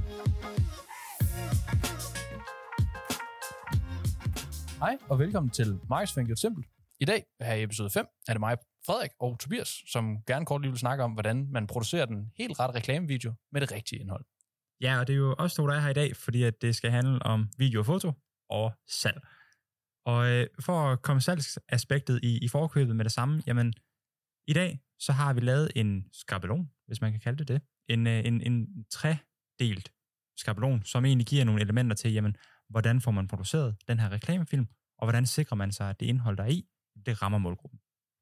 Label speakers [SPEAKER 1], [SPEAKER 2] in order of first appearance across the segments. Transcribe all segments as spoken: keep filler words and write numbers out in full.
[SPEAKER 1] Hej og velkommen til Markedsføring Gjort Simpelt. I dag, her i episode fem, er det mig, Frederik og Tobias, som gerne kort lige vil snakke om, hvordan man producerer den helt rette reklamevideo med det rigtige indhold.
[SPEAKER 2] Ja, og det er jo også to, der er her i dag, fordi at det skal handle om video og foto og salg. Og øh, for at komme salgsaspektet i, i forkøbet med det samme, jamen i dag, så har vi lavet en skabelon, hvis man kan kalde det det. En, øh, en, en tredelt skabelon, som egentlig giver nogle elementer til, jamen, hvordan får man produceret den her reklamefilm, og hvordan sikrer man sig, at det indhold, der er i, det rammer målgruppen.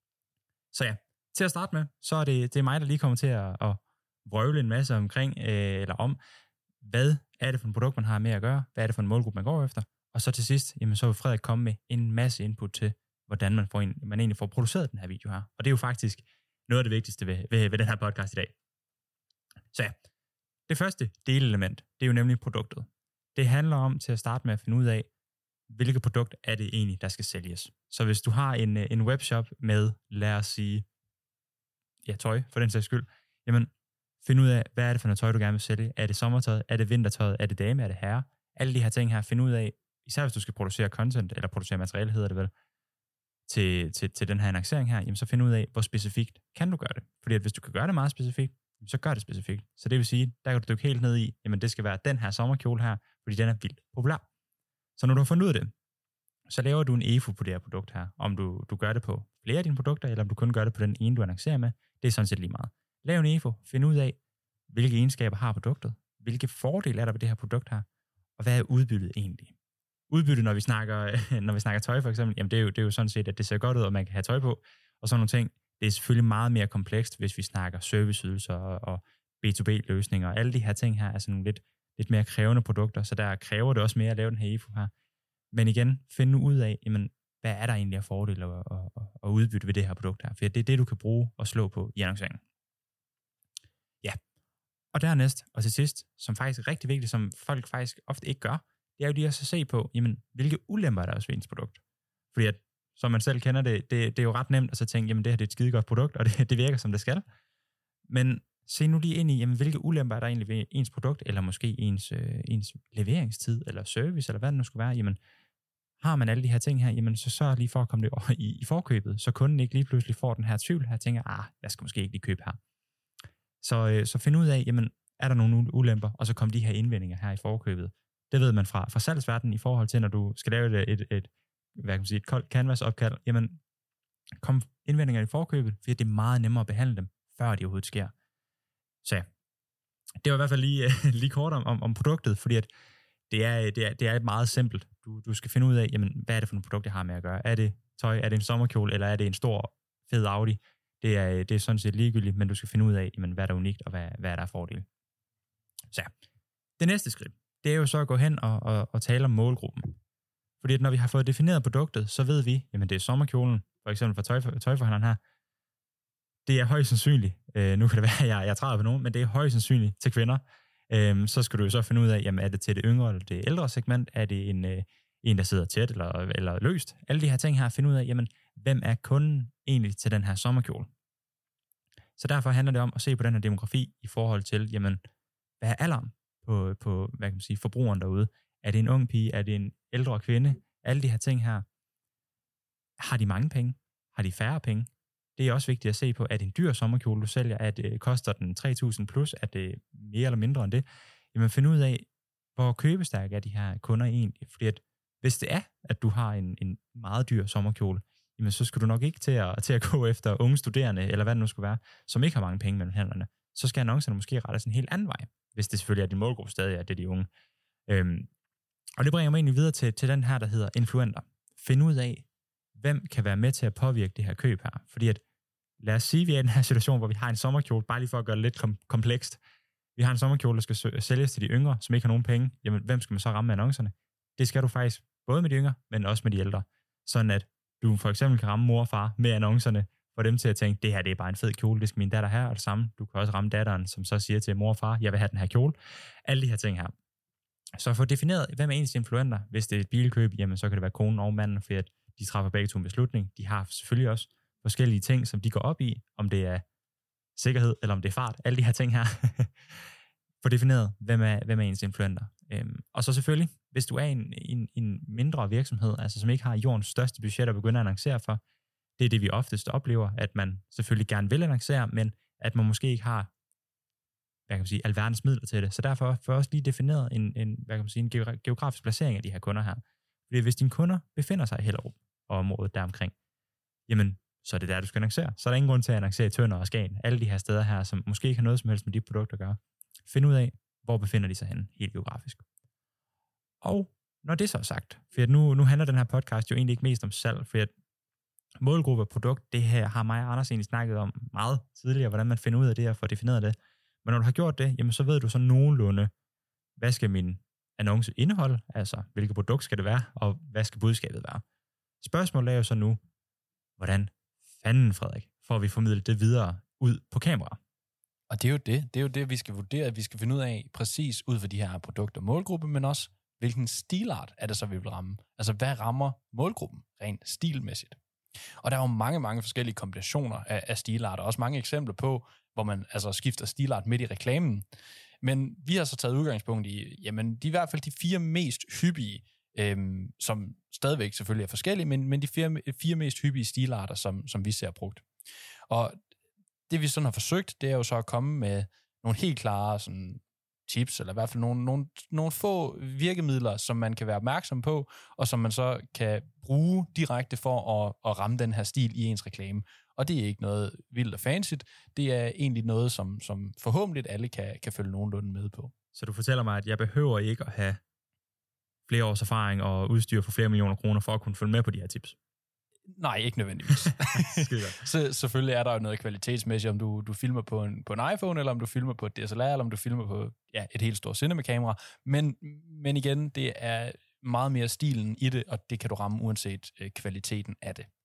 [SPEAKER 2] Så ja, til at starte med, så er det, det er mig, der lige kommer til at, at vrøvle en masse omkring, øh, eller om, hvad er det for et produkt, man har med at gøre, hvad er det for en målgruppe, man går efter, og så til sidst, jamen, så vil Frederik komme med en masse input til, hvordan man, får en, man egentlig får produceret den her video her. Og det er jo faktisk noget af det vigtigste ved, ved, ved den her podcast i dag. Så ja, det første delelement, det er jo nemlig produktet. Det handler om til at starte med at finde ud af, hvilket produkt er det egentlig, der skal sælges. Så hvis du har en, en webshop med, lad os sige, ja, tøj for den sags skyld, jamen find ud af, hvad er det for noget tøj, du gerne vil sælge. Er det sommertøj? Er det vintertøj? Er det dame? Er det herre? Alle de her ting her, find ud af, især hvis du skal producere content, eller producere materiale, hedder det vel, til, til, til den her annoncering her, jamen så find ud af, hvor specifikt kan du gøre det. Fordi at hvis du kan gøre det meget specifikt, så gør det specifikt. Så det vil sige, der kan du dykke helt ned i, jamen det skal være den her sommerkjole her, fordi den er vildt populær. Så når du har fundet ud af det, så laver du en E F U på det her produkt her. Om du, du gør det på flere af dine produkter, eller om du kun gør det på den ene, du annoncerer med, det er sådan set lige meget. Lav en E F U, find ud af, hvilke egenskaber har produktet, hvilke fordele er der ved det her produkt her, og hvad er udbyttet egentlig? Udbyttet, når vi snakker, når vi snakker tøj for eksempel, jamen det er, jo, det er jo sådan set, at det ser godt ud, og man kan have tøj på, og sådan nogle ting. Det er selvfølgelig meget mere komplekst, hvis vi snakker serviceydelser og B to B-løsninger, og alle de her ting her er sådan nogle lidt, lidt mere krævende produkter, så der kræver det også mere at lave den her E F U her. Men igen, find nu ud af, jamen, hvad er der egentlig af fordele og, og, og udbytte ved det her produkt her, for det er det, du kan bruge og slå på i annonceringen. Ja, og dernæst, og til sidst, som faktisk er rigtig vigtigt, som folk faktisk ofte ikke gør, det er jo lige at se på, jamen, hvilke ulemper er der også ved ens produkt. Fordi at, som man selv kender det, det, det er jo ret nemt at så tænke, jamen det her det er et skidegodt produkt, og det, det virker som det skal. Men se nu lige ind i, jamen, hvilke ulemper er der egentlig ved ens produkt, eller måske ens, øh, ens leveringstid, eller service, eller hvad det nu skulle være. Jamen, har man alle de her ting her, jamen så sørg lige for at komme det over i, i forkøbet, så kunden ikke lige pludselig får den her tvivl her, og tænker, ah, jeg skal måske ikke lige købe her. Så, øh, så find ud af, jamen, er der nogle ulemper, og så kom de her indvendinger her i forkøbet. Det ved man fra, fra salgsverdenen i forhold til, når du skal lave et, et, et hvad kan man sige, et koldt canvas-opkald, jamen, kom indvendinger i forkøbet, fordi det er meget nemmere at behandle dem, før de overhovedet sker. Så ja, det var i hvert fald lige, lige kort om, om, om produktet, fordi at det er, det, er, det er meget simpelt. Du, du skal finde ud af, jamen, hvad er det for et produkt, jeg har med at gøre. Er det tøj, er det en sommerkjole, eller er det en stor, fed Audi? Det er, det er sådan set ligegyldigt, men du skal finde ud af, jamen, hvad er der unikt, og hvad, hvad er der af fordele. Så ja, det næste skridt, det er jo så at gå hen og, og, og tale om målgruppen. Fordi at når vi har fået defineret produktet, så ved vi, jamen det er sommerkjolen, for eksempel for tøj, tøjforhandleren her, det er højst sandsynligt, øh, nu kan det være, at jeg, jeg træder på nogen, men det er højst sandsynligt til kvinder. Øhm, så skal du jo så finde ud af, jamen er det til det yngre eller det ældre segment, er det en, øh, en der sidder tæt eller, eller løst. Alle de her ting her, finde ud af, jamen hvem er kunden egentlig til den her sommerkjole. Så derfor handler det om at se på den her demografi i forhold til, jamen hvad er alderen på, på hvad kan man sige, forbrugeren derude? Er det en ung pige? Er det en ældre kvinde? Alle de her ting her. Har de mange penge? Har de færre penge? Det er også vigtigt at se på, at en dyr sommerkjole, du sælger, at det koster den tre tusind plus, at det er mere eller mindre end det. Jamen find ud af, hvor købestærke er de her kunder egentlig. Fordi at hvis det er, at du har en, en meget dyr sommerkjole, jamen så skal du nok ikke til at, til at gå efter unge studerende, eller hvad det nu skulle være, som ikke har mange penge mellem hænderne. Så skal annoncerne måske rettes en helt anden vej, hvis det selvfølgelig er din målgruppe stadig, at det er de unge. Øhm, og det bringer mig egentlig videre til, til den her, der hedder influenter. Find ud af, hvem kan være med til at påvirke det her køb her. Fordi at, lad os sige, at vi er i den her situation, hvor vi har en sommerkjole, bare lige for at gøre det lidt kom- komplekst. Vi har en sommerkjole, der skal sø- sælges til de yngre, som ikke har nogen penge. Jamen, hvem skal man så ramme med annoncerne? Det skal du faktisk både med de yngre, men også med de ældre. Sådan at du for eksempel kan ramme mor og far med annoncerne, for dem til at tænke, det her det er bare en fed kjole, det skal min datter have, og det samme. Du kan også ramme datteren, som så siger til mor og far, jeg vil have den her kjole. Alle de her ting her. Så få defineret, hvem er ens influenter. Hvis det er et bilkøb, jamen så kan det være konen og manden, for at de træffer begge to en beslutning. De har selvfølgelig også forskellige ting, som de går op i, om det er sikkerhed, eller om det er fart. Alle de her ting her. få defineret, hvem er, hvem er ens influenter. Øhm, og så selvfølgelig, hvis du er en, en, en mindre virksomhed, altså som ikke har jordens største budget at begynde at annoncere for, det er det, vi oftest oplever, at man selvfølgelig gerne vil annoncere, men at man måske ikke har, hvad kan man sige, alverdens midler til det. Så derfor får også lige defineret en, en, hvad kan man sige, en geografisk placering af de her kunder her. Fordi hvis dine kunder befinder sig i Hellerup og området deromkring, jamen, så er det der, du skal annoncere. Så er der ingen grund til at annoncere i Tønder og Skagen. Alle de her steder her, som måske ikke har noget som helst med de produkter at gøre. Find ud af, hvor befinder de sig henne, helt geografisk. Og når det så er sagt, for nu, nu handler den her podcast jo egentlig ikke mest om salg, for at målgruppe og produkt, det her har mig og Anders egentlig snakket om meget tidligere, hvordan man finder ud af det og får defineret det. Men når du har gjort det, jamen så ved du så nogenlunde, hvad skal min annonce indeholde, altså hvilket produkt skal det være, og hvad skal budskabet være. Spørgsmålet er jo så nu, hvordan fanden, Frederik, får vi formidlet det videre ud på kamera?
[SPEAKER 1] Og det er jo det, det er jo det, vi skal vurdere, vi skal finde ud af præcis ud for de her produkter og målgruppe, men også, hvilken stilart er det så, vi vil ramme? Altså, hvad rammer målgruppen rent stilmæssigt? Og der er jo mange, mange forskellige kombinationer af, af stilarter, også mange eksempler på, hvor man altså skifter stilart midt i reklamen. Men vi har så taget udgangspunkt i, jamen, de er i hvert fald de fire mest hyppige, øhm, som stadigvæk selvfølgelig er forskellige, men, men de fire, fire mest hyppige stilarter, som, som vi ser brugt. Og det vi sådan har forsøgt, det er jo så at komme med nogle helt klare sådan, tips, eller i hvert fald nogle, nogle, nogle få virkemidler, som man kan være opmærksom på, og som man så kan bruge direkte for at, at ramme den her stil i ens reklame. Og det er ikke noget vildt og fancy, det er egentlig noget, som, som forhåbentlig alle kan, kan følge nogenlunde med på.
[SPEAKER 2] Så du fortæller mig, at jeg behøver ikke at have flere års erfaring og udstyr for flere millioner kroner for at kunne følge med på de her tips?
[SPEAKER 1] Nej, ikke nødvendigvis. Så selvfølgelig er der jo noget kvalitetsmæssigt, om du, du filmer på en, på en iPhone, eller om du filmer på et D S L R, eller om du filmer på ja, et helt stort cinema-kamera. Men, men igen, det er meget mere stilen i det, og det kan du ramme uanset øh, kvaliteten af det.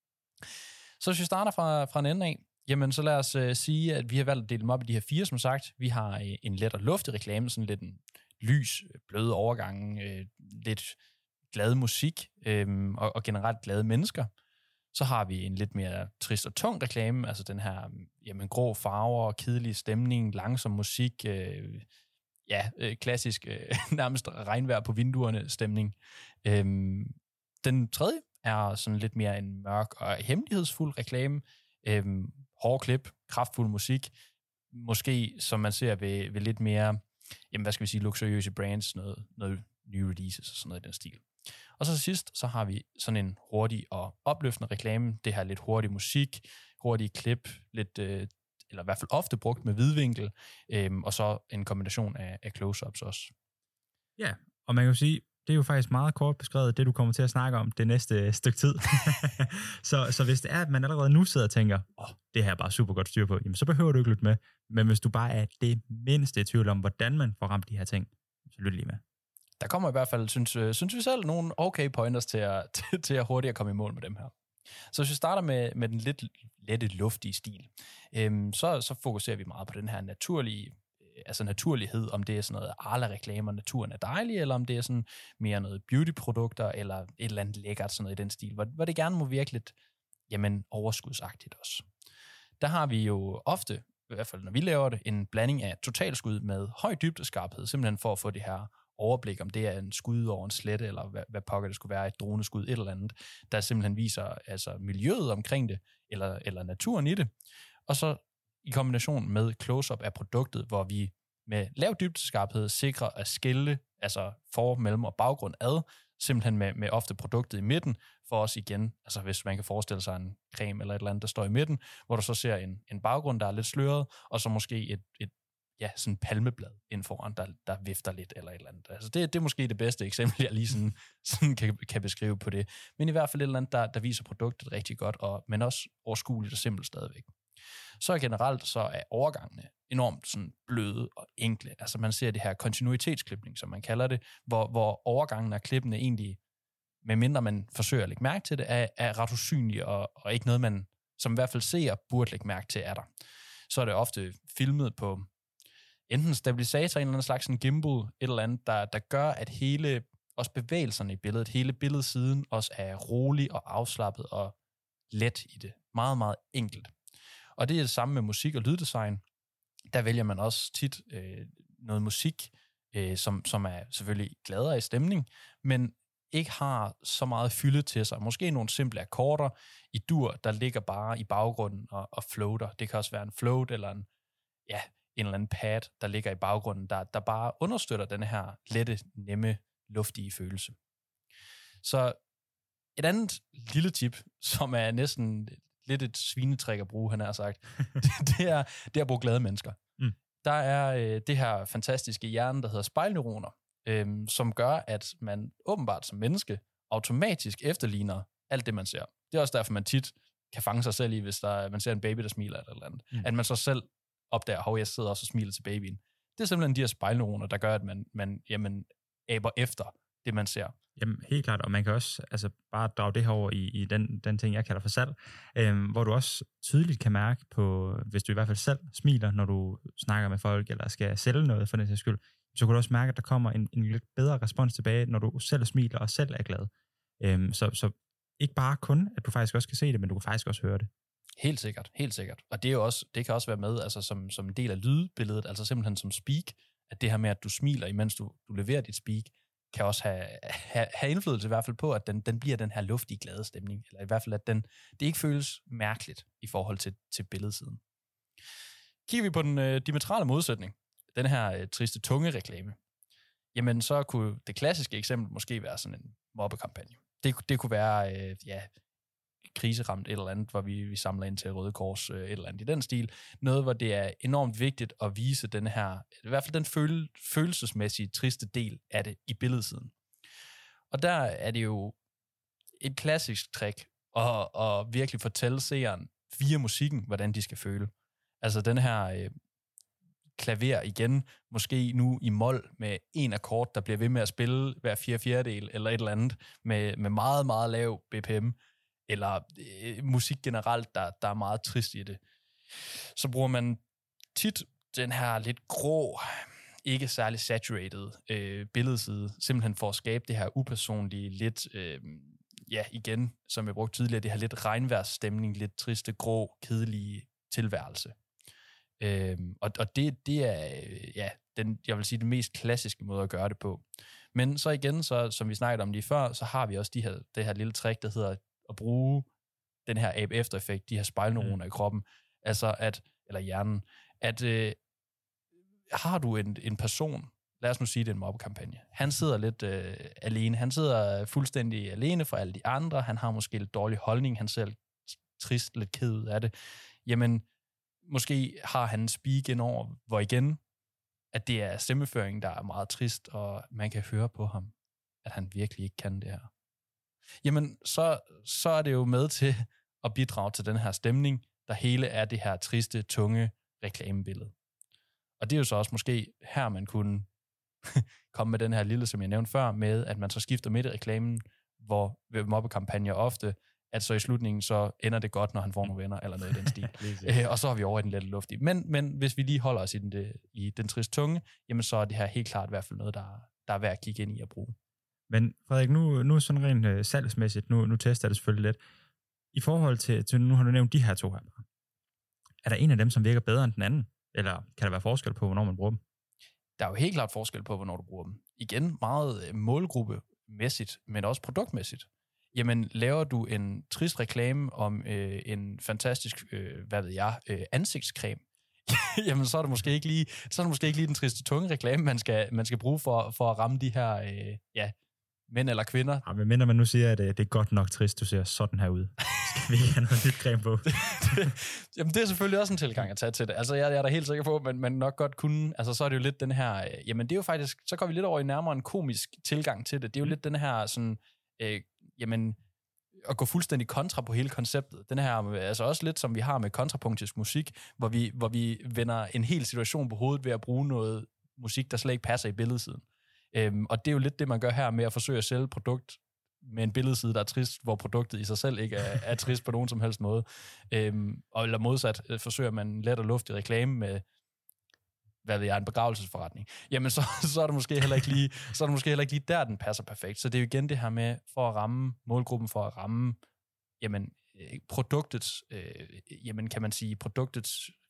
[SPEAKER 1] Så hvis vi starter fra, fra en ende af, jamen så lad os øh, sige, at vi har valgt at dele dem op i de her fire, som sagt. Vi har øh, en let og luftig reklame, sådan lidt en lys, bløde overgang, øh, lidt glad musik øh, og, og generelt glade mennesker. Så har vi en lidt mere trist og tung reklame, altså den her jamen, grå farver, kedelig stemning, langsom musik, øh, ja, øh, klassisk øh, nærmest regnvejr på vinduerne stemning. Øh, den tredje er sådan lidt mere en mørk og hemmelighedsfuld reklame, øh, hård klip, kraftfuld musik, måske som man ser ved, ved lidt mere, jamen hvad skal vi sige, luksuriøse brands, noget, noget nye releases og sådan noget i den stil. Og så til sidst, så har vi sådan en hurtig og opløftende reklame, det her lidt hurtig musik, hurtige klip, lidt, øh, eller i hvert fald ofte brugt med vidvinkel, øh, og så en kombination af, af close-ups også.
[SPEAKER 2] Ja, og man kan jo sige, det er jo faktisk meget kort beskrevet, det du kommer til at snakke om det næste stykke tid. så, så hvis det er, at man allerede nu sidder og tænker, åh, oh, det her er bare super godt styr på, jamen så behøver du ikke lytte med. Men hvis du bare er det mindste i tvivl om, hvordan man får ramt de her ting, så lyt lige med.
[SPEAKER 1] Der kommer i hvert fald, synes, synes vi selv, nogle okay pointers til at, til, til at hurtigt komme i mål med dem her. Så hvis vi starter med, med den lidt lette, luftige stil, øhm, så, så fokuserer vi meget på den her naturlige, altså naturlighed, om det er sådan noget Arla-reklamer, naturen er dejlig, eller om det er sådan mere noget beauty-produkter, eller et eller andet lækkert, sådan noget i den stil, hvor, hvor det gerne må virke lidt, jamen, overskudsagtigt også. Der har vi jo ofte, i hvert fald når vi laver det, en blanding af totalskud med høj dybdeskarphed, simpelthen for at få det her overblik, om det er en skud over en slette, eller hvad, hvad pokker det skulle være, et droneskud, et eller andet, der simpelthen viser altså miljøet omkring det, eller, eller naturen i det. Og så i kombination med close-up af produktet, hvor vi med lav dybdeskarphed sikrer at skille altså for, mellem og baggrund ad, simpelthen med, med ofte produktet i midten, for os igen, altså hvis man kan forestille sig en creme eller et eller andet, der står i midten, hvor du så ser en, en baggrund, der er lidt sløret, og så måske et, et ja, sådan palmeblad ind foran, der, der vifter lidt eller et eller andet. Altså det, det er måske det bedste eksempel, jeg lige sådan, sådan kan, kan beskrive på det. Men i hvert fald et eller andet, der, der viser produktet rigtig godt, og, men også overskueligt og simpelt stadigvæk. Så generelt så er overgangene enormt sådan bløde og enkle. Altså man ser det her kontinuitetsklipning, som man kalder det, hvor, hvor overgangen af klippene egentlig, medmindre man forsøger at lægge mærke til det, er, er ret usynlige, og, og ikke noget, man som i hvert fald ser, burde lægge mærke til, er der. Så er det ofte filmet på enten stabilisator, en eller anden slags en gimbal, et eller andet, der, der gør, at hele, også bevægelserne i billedet, hele billedsiden også er rolig og afslappet og let i det. Meget, meget enkelt. Og det er det samme med musik og lyddesign. Der vælger man også tit øh, noget musik, øh, som, som er selvfølgelig gladere i stemning, men ikke har så meget fylde til sig. Måske nogle simple akkorder i dur, der ligger bare i baggrunden og, og floater. Det kan også være en float eller en, ja, en eller anden pad, der ligger i baggrunden, der, der bare understøtter den her lette, nemme, luftige følelse. Så et andet lille tip, som er næsten lidt et svinetræk at bruge, han har sagt, det, er, det er at bruge glade mennesker. Mm. Der er øh, det her fantastiske hjerne, der hedder spejlneuroner, øh, som gør, at man åbenbart som menneske automatisk efterligner alt det, man ser. Det er også derfor, man tit kan fange sig selv i, hvis der, man ser en baby, der smiler eller, eller andet. Mm. At man så selv opdager, hov, jeg sidder også og smiler til babyen. Det er simpelthen de her spejlneuroner, der gør, at man, man jamen, aber efter det, man ser.
[SPEAKER 2] Jamen, helt klart, og man kan også altså, bare drage det her over i, i den, den ting, jeg kalder for salg, øhm, hvor du også tydeligt kan mærke på, hvis du i hvert fald selv smiler, når du snakker med folk, eller skal sælge noget for den sags skyld, så kan du også mærke, at der kommer en, en lidt bedre respons tilbage, når du selv smiler og selv er glad. Øhm, så, så ikke bare kun, at du faktisk også kan se det, men du kan faktisk også høre det.
[SPEAKER 1] Helt sikkert, helt sikkert. Og det, er jo også, det kan også være med altså som, som en del af lydbilledet, altså simpelthen som speak, at det her med, at du smiler, imens du, du leverer dit speak, kan også have, have, have indflydelse i hvert fald på, at den, den bliver den her luftige, glade stemning. Eller i hvert fald, at den, det ikke føles mærkeligt i forhold til, til billedsiden. Kigger vi på den øh, diametrale modsætning, den her øh, triste tunge reklame, jamen så kunne det klassiske eksempel måske være sådan en mobbekampagne. Det, det kunne være, øh, ja, kriseramt et eller andet, hvor vi, vi samler ind til Røde Kors, øh, et eller andet i den stil. Noget, hvor det er enormt vigtigt at vise den her, i hvert fald den føle, følelsesmæssige, triste del af det i billedsiden. Og der er det jo et klassisk trick at, at virkelig fortælle seeren via musikken, hvordan de skal føle. Altså den her øh, klaver igen, måske nu i mol med en akkord, der bliver ved med at spille hver fire fjerdedel, eller et eller andet, med, med meget, meget lav B P M, eller øh, musik generelt, der, der er meget trist i det. Så bruger man tit den her lidt grå, ikke særlig saturated øh, billedside, simpelthen for at skabe det her upersonlige, lidt, øh, ja igen, som jeg brugte tidligere, det her lidt regnvejrsstemning, lidt triste, grå, kedelige tilværelse. Øh, og og det, det er, øh, ja, den, jeg vil sige, den mest klassiske måde at gøre det på. Men så igen, så, som vi snakkede om lige før, så har vi også de her, det her lille trick, der hedder at bruge den her abe-efter-effekt, de her spejlneuroner mm. i kroppen, altså at, eller hjernen, at øh, har du en, en person, lad os nu sige, det er en mobbekampagne, han sidder lidt øh, alene, han sidder fuldstændig alene for alle de andre, han har måske lidt dårlig holdning, han ser lidt trist, lidt ked ud af det, jamen, måske har han en speak ind over, hvor igen, at det er stemmeføringen, der er meget trist, og man kan høre på ham, at han virkelig ikke kan det her. Jamen, så, så er det jo med til at bidrage til den her stemning, der hele er det her triste, tunge reklamebillede. Og det er jo så også måske her, man kunne komme med den her lille, som jeg nævnte før, med at man så skifter midt i reklamen, hvor ved mobbekampagner ofte, at så i slutningen, så ender det godt, når han får nogle venner, eller noget i den stil. Æ, og så er vi over i den lette luftige. Men, men hvis vi lige holder os i den, i den triste tunge, jamen så er det her helt klart i hvert fald noget, der, der er værd at kigge ind i at bruge.
[SPEAKER 2] Men Frederik, nu, nu sådan rent øh, salgsmæssigt, nu, nu tester jeg det selvfølgelig lidt. I forhold til, til, nu har du nævnt de her to her. Er der en af dem, som virker bedre end den anden? Eller kan der være forskel på, hvornår man bruger dem?
[SPEAKER 1] Der er jo helt klart forskel på, hvornår du bruger dem. Igen, meget målgruppemæssigt, men også produktmæssigt. Jamen, laver du en trist reklame om øh, en fantastisk, øh, hvad ved jeg, øh, ansigtscreme, jamen så er det måske ikke lige, så er det måske ikke lige den triste tunge reklame, man skal, man skal bruge for, for at ramme de her, øh, ja, mænd eller kvinder.
[SPEAKER 2] Ja, men mindre man nu siger, at det er godt nok trist, du ser sådan her ud. Skal vi ikke have noget nyt creme på?
[SPEAKER 1] Jamen det er selvfølgelig også en tilgang at tage til det. Altså jeg, jeg er da helt sikker på, men man nok godt kunne, altså så er det jo lidt den her, øh, jamen det er jo faktisk, så går vi lidt over i nærmere en komisk tilgang til det. Det er jo mm. lidt den her sådan, øh, jamen, at gå fuldstændig kontra på hele konceptet. Den her, altså også lidt som vi har med kontrapunktisk musik, hvor vi, hvor vi vender en hel situation på hovedet ved at bruge noget musik, der slet ikke passer i billedsiden. Øhm, og det er jo lidt det, man gør her med at forsøge at sælge et produkt med en billedside, der er trist, hvor produktet i sig selv ikke er, er trist på nogen som helst måde. Øhm, og eller modsat, øh, forsøger man let og luftig reklame med, hvad ved jeg, en begravelsesforretning. Jamen, så, så er det måske heller ikke lige, så er det måske heller ikke lige der, den passer perfekt. Så det er jo igen det her med, for at ramme målgruppen, for at ramme, jamen, produktets, øh, jamen, kan man sige, produktets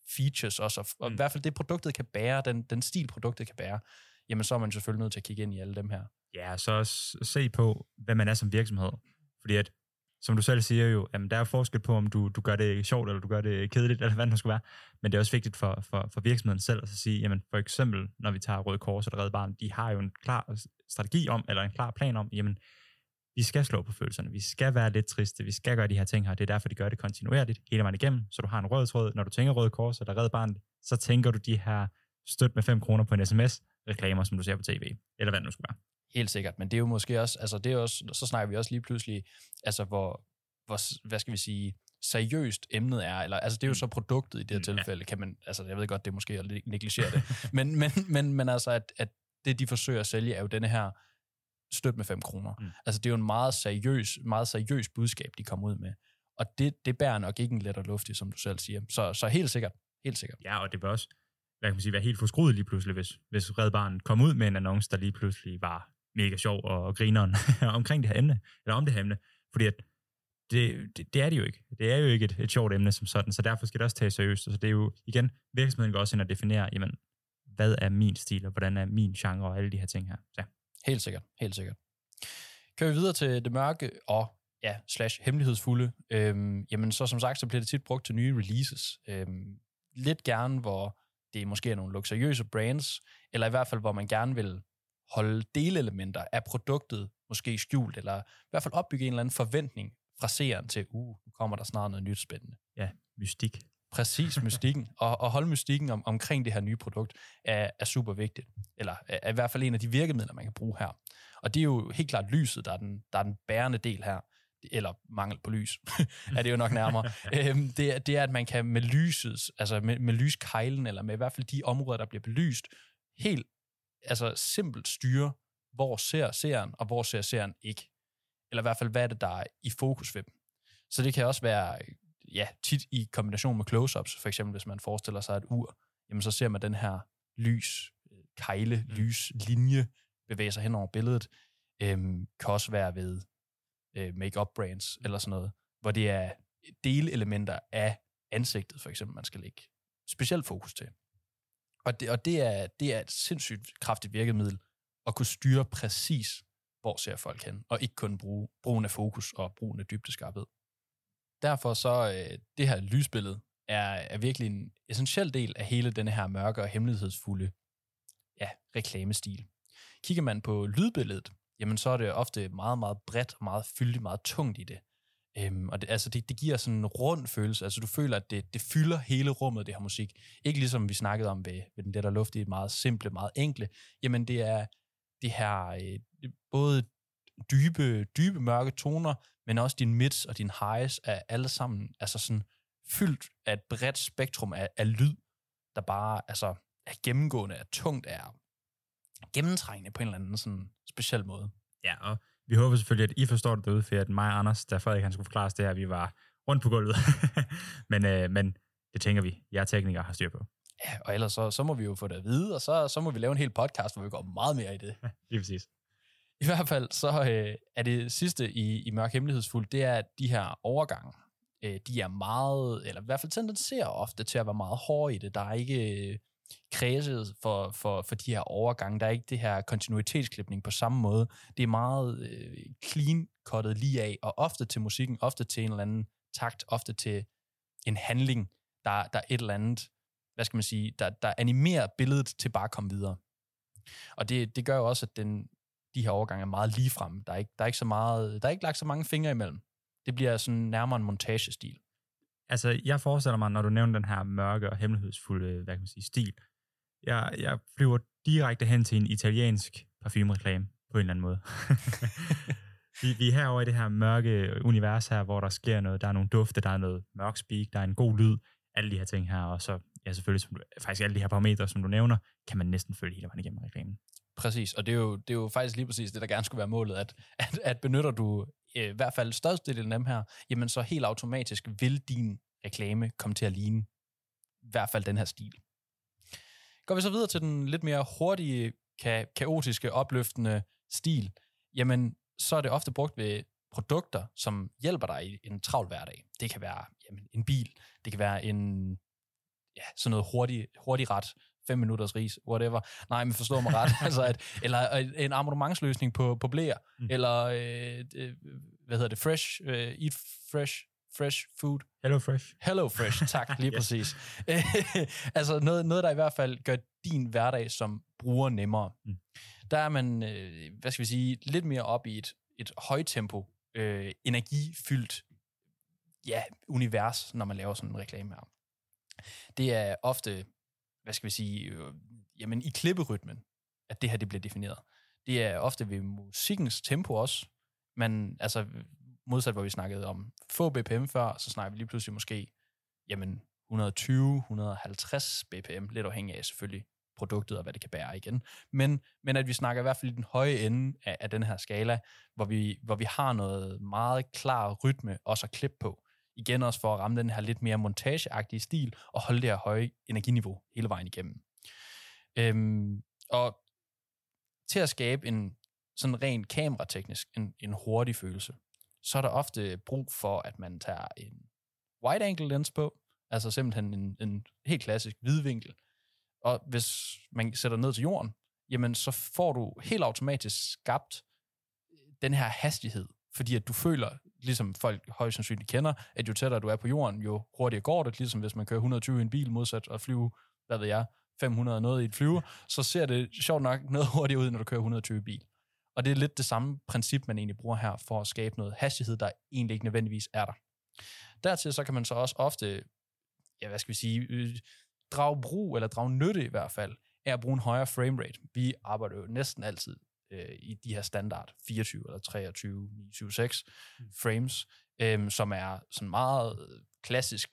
[SPEAKER 1] features også, og, og mm. i hvert fald det produktet kan bære, den, den stil produktet kan bære, jamen så er man selvfølgelig nødt til at kigge ind i alle dem her.
[SPEAKER 2] Ja, så også se på, hvad man er som virksomhed. Fordi at, som du selv siger jo, jamen der er forskel på, om du, du gør det sjovt, eller du gør det kedeligt, eller hvad det nu skulle være. Men det er også vigtigt for, for, for virksomheden selv at sige, jamen for eksempel, når vi tager Røde Kors og Red Barnet, de har jo en klar strategi om, eller en klar plan om, jamen vi skal slå på følelserne, vi skal være lidt triste, vi skal gøre de her ting her, det er derfor, de gør det kontinuerligt hele vejen igennem, så du har en rød tråd, når du tænker Røde Kors eller Red Barnet, så tænker du de her støt med fem kroner på en sms, reklamer, som du ser på tv, eller hvad det nu skulle være.
[SPEAKER 1] Helt sikkert, men det er jo måske også, altså det er også, så snakker vi også lige pludselig, altså hvor, hvor, hvad skal vi sige, seriøst emnet er, eller altså det er jo så produktet i det her tilfælde, kan man, altså jeg ved godt, det er måske at negligere det, men, men, men, men altså at, at det de forsøger at sælge er jo denne her støt med fem kroner. Mm. Altså det er jo en meget seriøs, meget seriøs budskab, de kommer ud med, og det, det bærer nok ikke en let og luftig, som du selv siger, så, så helt sikkert, helt sikkert.
[SPEAKER 2] Ja, og det bør også, hvad kan man sige, være helt forskruet lige pludselig, hvis, hvis Red Barnet kom ud med en annonce, der lige pludselig var mega sjov og, og grineren omkring det her emne, eller om det her emne, fordi at det, det, det er det jo ikke. Det er jo ikke et, et sjovt emne som sådan, så derfor skal det også tages seriøst. Så det er jo, igen, virksomheden går også ind og definerer, jamen, hvad er min stil, og hvordan er min genre, og alle de her ting her. Så.
[SPEAKER 1] Helt sikkert, helt sikkert. Kører vi videre til det mørke og ja, slash hemmelighedsfulde, øhm, jamen så som sagt, så bliver det tit brugt til nye releases. Øhm, lidt gerne, hvor det måske er nogle luksuriøse brands, eller i hvert fald, hvor man gerne vil holde delelementer af produktet måske skjult, eller i hvert fald opbygge en eller anden forventning fra seeren til, uh, nu kommer der snart noget nyt spændende.
[SPEAKER 2] Ja, mystik.
[SPEAKER 1] Præcis, mystikken. og, og holde mystikken om, omkring det her nye produkt er, er super vigtigt. Eller er, er i hvert fald en af de virkemidler, man kan bruge her. Og det er jo helt klart lyset, der er den, der er den bærende del her. Eller mangel på lys, er det jo nok nærmere. øhm, det, er, det er, at man kan med lyset, altså med, med lyskejlen, eller med i hvert fald de områder, der bliver belyst, helt altså simpelt styre, hvor ser seeren, og hvor ser seeren ikke. Eller i hvert fald, hvad er det, der er i fokus ved dem. Så det kan også være, ja, tit i kombination med close-ups, for eksempel hvis man forestiller sig et ur, jamen så ser man den her lys, kejle, lys, linje bevæge sig hen over billedet. Øhm, kan også være ved øh, make-up brands, eller sådan noget, hvor det er delelementer af ansigtet, for eksempel, man skal lægge specielt fokus til. Og det, og det, er, det er et sindssygt kraftigt virkemiddel, at kunne styre præcis, hvor ser folk hen, og ikke kun bruge brugen af fokus og brugen af dybdeskarphed. Derfor så, øh, det her lysbillede er, er virkelig en essentiel del af hele denne her mørke og hemmelighedsfulde ja, reklamestil. Kigger man på lydbilledet, jamen så er det ofte meget, meget bredt og meget fyldigt, meget tungt i det. Øhm, og det, altså det, det giver sådan en rund følelse, altså du føler, at det, det fylder hele rummet, det her musik. Ikke ligesom vi snakkede om ved, ved den der luftige, meget simple, meget enkle. Jamen det er det her øh, både dybe, dybe mørke toner, men også din mids og din highs er alle sammen altså sådan fyldt af et bredt spektrum af, af lyd, der bare altså er gennemgående, er tungt, er gennemtrængende på en eller anden sådan speciel måde.
[SPEAKER 2] Ja, og vi håber selvfølgelig, at I forstår det derude, for at mig og Anders, da Frederik han skulle forklare os det her, vi var rundt på gulvet. men, øh, men det tænker vi, jeg teknikere har styr på.
[SPEAKER 1] Ja, og ellers så, så må vi jo få det at vide, og så, så må vi lave en hel podcast, hvor vi går meget mere i det.
[SPEAKER 2] Lige præcis.
[SPEAKER 1] I hvert fald så øh, er det sidste i, i Mørk Hemmelighedsfuld, det er, at de her overgange, øh, de er meget, eller i hvert fald tendenserer ofte til at være meget hårde i det. Der er ikke øh, kredset for, for, for de her overgange. Der er ikke det her kontinuitetsklipning på samme måde. Det er meget øh, clean-cuttet lige af, og ofte til musikken, ofte til en eller anden takt, ofte til en handling, der, der er et eller andet, hvad skal man sige, der, der animerer billedet til bare at komme videre. Og det, det gør jo også, at den, de her overgange er meget ligefrem. Der er ikke, der er ikke så meget, der er ikke lagt så mange fingre imellem. Det bliver sådan nærmere en montagestil.
[SPEAKER 2] Altså, jeg forestiller mig, når du nævner den her mørke og hemmelighedsfulde, hvad kan man sige, stil, jeg, jeg flyver direkte hen til en italiensk parfumereklame på en eller anden måde. vi, vi er herovre i det her mørke univers her, hvor der sker noget, der er nogle dufte, der er noget mørk speak, der er en god lyd, alle de her ting her, og så, ja selvfølgelig, som du, faktisk alle de her parametre, som du nævner, kan man næsten følge hele vejen igennem reklamen.
[SPEAKER 1] Præcis, og det er, jo, det er jo faktisk lige præcis det, der gerne skulle være målet, at, at, at benytter du øh, i hvert fald størstedelen af dem her, jamen så helt automatisk vil din reklame komme til at ligne i hvert fald den her stil. Går vi så videre til den lidt mere hurtige, ka- kaotiske, opløftende stil, jamen så er det ofte brugt ved produkter, som hjælper dig i en travl hverdag. Det kan være jamen, en bil, det kan være en, ja, sådan noget hurtig, hurtig ret, fem minutters ris, whatever. Nej, men forstår mig ret. altså at, eller en abonnementsløsning på, på blæer, mm. eller, øh, øh, hvad hedder det, fresh, øh, eat fresh, fresh food.
[SPEAKER 2] Hello Fresh.
[SPEAKER 1] Hello Fresh, tak, lige præcis. altså noget, noget, der i hvert fald gør din hverdag som bruger nemmere. Mm. Der er man, øh, hvad skal vi sige, lidt mere op i et, et højtempo, øh, energifyldt ja, univers, når man laver sådan en reklame her. Det er ofte, hvad skal vi sige, øh, jamen i klipperytmen, at det her det bliver defineret. Det er ofte ved musikkens tempo også. Man, altså modsat hvor vi snakkede om få B P M før, så snakker vi lige pludselig måske, jamen et hundrede og tyve til et hundrede og halvtreds B P M, lidt afhængig af selvfølgelig produktet og hvad det kan bære igen. Men, men at vi snakker i hvert fald i den høje ende af, af den her skala, hvor vi, hvor vi har noget meget klar rytme også at klippe på. Igen også for at ramme den her lidt mere montageagtige stil og holde det her høje energiniveau hele vejen igennem. Øhm, og til at skabe en sådan ren kamerateknisk, en, en hurtig følelse, så er der ofte brug for, at man tager en wide angle lens på, altså simpelthen en, en helt klassisk vidvinkel. Og hvis man sætter ned til jorden, jamen så får du helt automatisk skabt den her hastighed, fordi at du føler, ligesom folk højst sandsynligt kender, at jo tættere du er på jorden, jo hurtigere går det, ligesom hvis man kører et hundrede og tyve i en bil modsat og flyve, hvad ved jeg, fem hundrede noget i et flyve, så ser det sjovt nok noget hurtigere ud, når du kører et hundrede og tyve i bil. Og det er lidt det samme princip, man egentlig bruger her, for at skabe noget hastighed, der egentlig ikke nødvendigvis er der. Dertil så kan man så også ofte, ja hvad skal vi sige, øh, drage brug, eller drage nytte i hvert fald, af at bruge en højere framerate. Vi arbejder jo næsten altid øh, i de her standard fireogtyve eller treogtyve, ni syv seks mm. frames, øh, som er sådan meget klassisk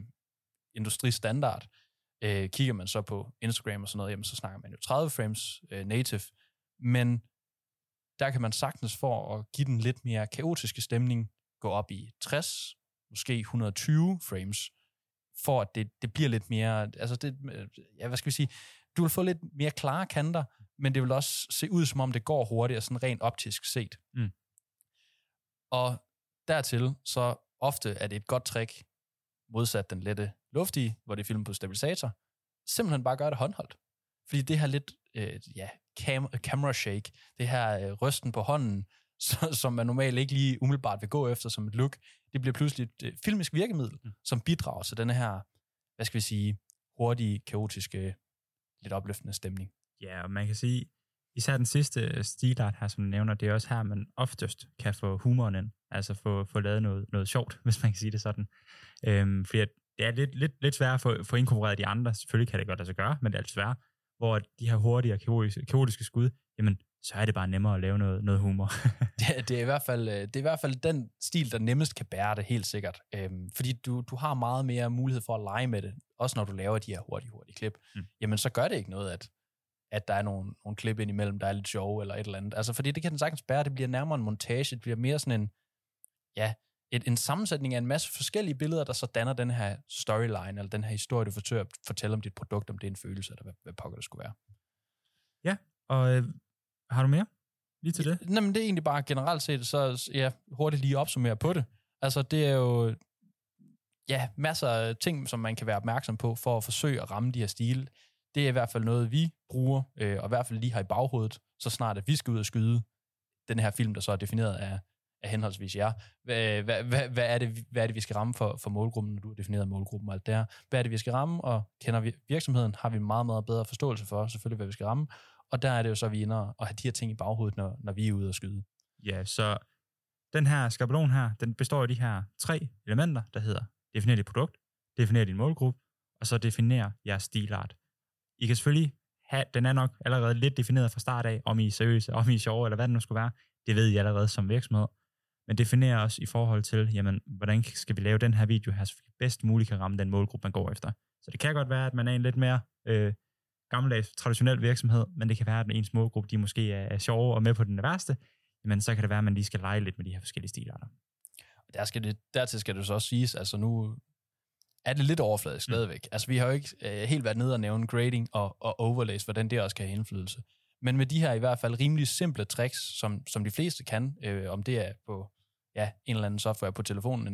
[SPEAKER 1] filmindustri-standard. Øh, kigger man så på Instagram og sådan noget, jamen, så snakker man jo tredive frames øh, native, men der kan man sagtens for at give den lidt mere kaotiske stemning, gå op i tres, måske et hundrede og tyve frames, for at det, det bliver lidt mere, altså det, ja, hvad skal vi sige, du vil få lidt mere klare kanter, men det vil også se ud, som om det går hurtigere, sådan rent optisk set. Mm. Og dertil, så ofte er det et godt trick, modsat den lette luftige, hvor det er filmet på stabilisator, simpelthen bare gøre det håndholdt. Fordi det her lidt, øh, ja, cam- camera shake, det her øh, rysten på hånden, så, som man normalt ikke lige umiddelbart vil gå efter som et look, det bliver pludselig et øh, filmisk virkemiddel, mm. som bidrager til denne her, hvad skal vi sige, hurtige, kaotiske, lidt opløftende stemning.
[SPEAKER 2] Ja, og man kan sige, især den sidste stilart her, som du nævner, det er også her, man oftest kan få humoren ind, altså få, få lavet noget, noget sjovt, hvis man kan sige det sådan. Øhm, fordi det er lidt, lidt, lidt svært at få, få inkorporeret de andre, selvfølgelig kan det godt lade sig gøre, men det er alt svært, hvor de her hurtige og kaotiske, kaotiske skud, jamen, så er det bare nemmere at lave noget, noget humor.
[SPEAKER 1] det, det, er i hvert fald, det er i hvert fald den stil, der nemmest kan bære det, helt sikkert. Øhm, fordi du, du har meget mere mulighed for at lege med det, også når du laver de her hurtige, hurtige klip. Mm. Jamen, så gør det ikke noget, at, at der er nogle, nogle klip ind imellem, der er lidt sjove eller et eller andet. Altså, fordi det kan den sagtens bære, det bliver nærmere en montage, det bliver mere sådan en, ja, et, en sammensætning af en masse forskellige billeder, der så danner den her storyline, eller den her historie, du forsøger at fortælle om dit produkt, om det er en følelse, eller hvad, hvad pokker det skulle være.
[SPEAKER 2] Ja, og øh, har du mere lige til det?
[SPEAKER 1] Nej, men det er egentlig bare generelt set, så ja, hurtigt lige opsummere på det. Altså, det er jo ja, masser af ting, som man kan være opmærksom på, for at forsøge at ramme de her stile. Det er i hvert fald noget, vi bruger, øh, og i hvert fald lige har i baghovedet, så snart at vi skal ud og skyde den her film, der så er defineret af, af henholdsvis jer. Hvad, hvad, hvad, hvad, er det, hvad er det, vi skal ramme for, for målgruppen, når du har defineret målgruppen og alt det her? Hvad er det, vi skal ramme, og kender vi virksomheden, har vi meget, meget bedre forståelse for, selvfølgelig, hvad vi skal ramme. Og der er det jo så, vi ender og have de her ting i baghovedet, når, når vi er ude og skyde.
[SPEAKER 2] Ja, så den her skabelon her, den består af de her tre elementer, der hedder definere dit produkt, definere din målgruppe, og så definere jeres stilart. I kan selvfølgelig have, den er nok allerede lidt defineret fra start af, om I er seriøse, om I er sjove, eller hvad det nu skulle være. Det ved I allerede som virksomhed. Men definere også i forhold til, jamen, hvordan skal vi lave den her video her, så vi bedst muligt kan ramme den målgruppe, man går efter. Så det kan godt være, at man er en lidt mere øh, gammeldags, traditionel virksomhed, men det kan være, at ens målgruppe, de måske er, er sjove og med på den værste, men så kan det være, at man lige skal lege lidt med de her forskellige stilarter.
[SPEAKER 1] Der skal det, dertil skal det så også siges, altså nu er det lidt overfladisk stadigvæk. Mm. Altså vi har jo ikke øh, helt været nede og nævne grading og, og overlays, hvordan det også kan have indflydelse. Men med de her i hvert fald rimelig simple tricks, som, som de fleste kan, øh, om det er på ja, en eller anden software på telefonen, en app,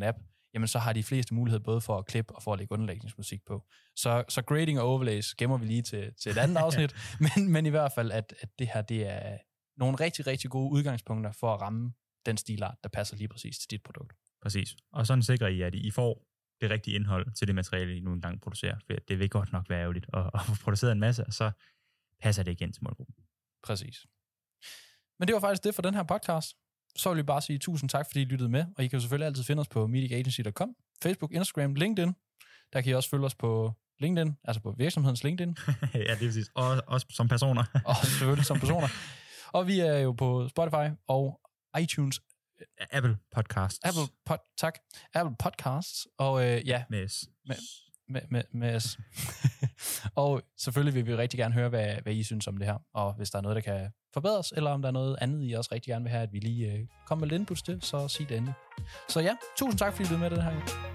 [SPEAKER 1] jamen så har de fleste mulighed både for at klippe og for at lægge underlægningsmusik på. Så, så grading og overlays gemmer vi lige til, til et andet afsnit, men, men i hvert fald, at, at det her, det er nogle rigtig, rigtig gode udgangspunkter for at ramme den stilart, der passer lige præcis til dit produkt.
[SPEAKER 2] Præcis. Og sådan sikrer I, at I får det rigtige indhold til det materiale, I nu engang producerer. For det vil godt nok være ærgerligt at, at få produceret en masse, og så passer det igen til målgruppen.
[SPEAKER 1] Præcis. Men det var faktisk det for den her podcast. Så vil vi bare sige tusind tak, fordi I lyttede med, og I kan jo selvfølgelig altid finde os på media agency punktum com, Facebook, Instagram, LinkedIn. Der kan I også følge os på LinkedIn, altså på virksomhedens LinkedIn.
[SPEAKER 2] Ja, det er præcis. Og også som personer.
[SPEAKER 1] Og selvfølgelig som personer. Og vi er jo på Spotify og iTunes.
[SPEAKER 2] Apple Podcasts.
[SPEAKER 1] Apple pod, tak. Apple Podcasts. Og øh, ja.
[SPEAKER 2] Med S.
[SPEAKER 1] Med, med, med, med S. Og selvfølgelig vil vi rigtig gerne høre, hvad, hvad I synes om det her. Og hvis der er noget, der kan forbedres, eller om der er noget andet, I også rigtig gerne vil have, at vi lige øh, kommer med lidt inputs til, så sig det endelig. Så ja, tusind tak, fordi I lyttede med den her gang.